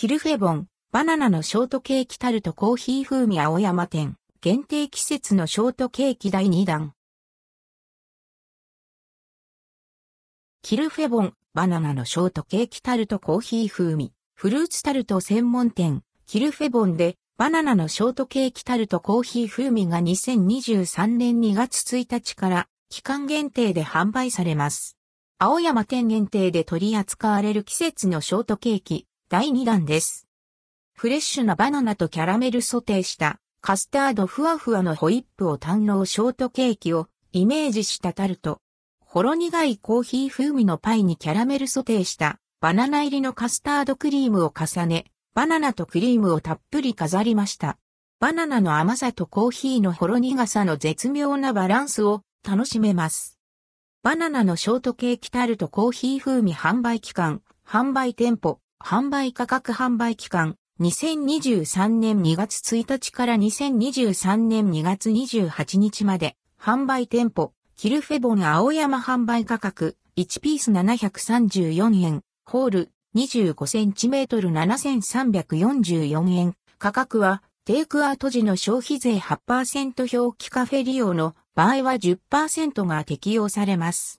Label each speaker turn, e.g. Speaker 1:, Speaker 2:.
Speaker 1: キルフェボン、バナナのショートケーキタルトコーヒー風味青山店、限定季節のショートケーキ第2弾。キルフェボン、バナナのショートケーキタルトコーヒー風味、フルーツタルト専門店、キルフェボンで、バナナのショートケーキタルトコーヒー風味が2023年2月1日から期間限定で販売されます。青山店限定で取り扱われる季節のショートケーキ第2弾です。フレッシュなバナナとキャラメルソテーしたカスタードふわふわのホイップを堪能ショートケーキをイメージしたタルト。ほろ苦いコーヒー風味のパイにキャラメルソテーしたバナナ入りのカスタードクリームを重ね、バナナとクリームをたっぷり飾りました。バナナの甘さとコーヒーのほろ苦さの絶妙なバランスを楽しめます。バナナのショートケーキタルトコーヒー風味販売期間、販売店舗、販売価格販売期間、2023年2月1日から2023年2月28日まで、販売店舗、キルフェボン青山販売価格、1ピース734円、ホール、25センチメートル7344円。価格は、テイクアウト時の消費税 8% 表記カフェ利用の場合は 10% が適用されます。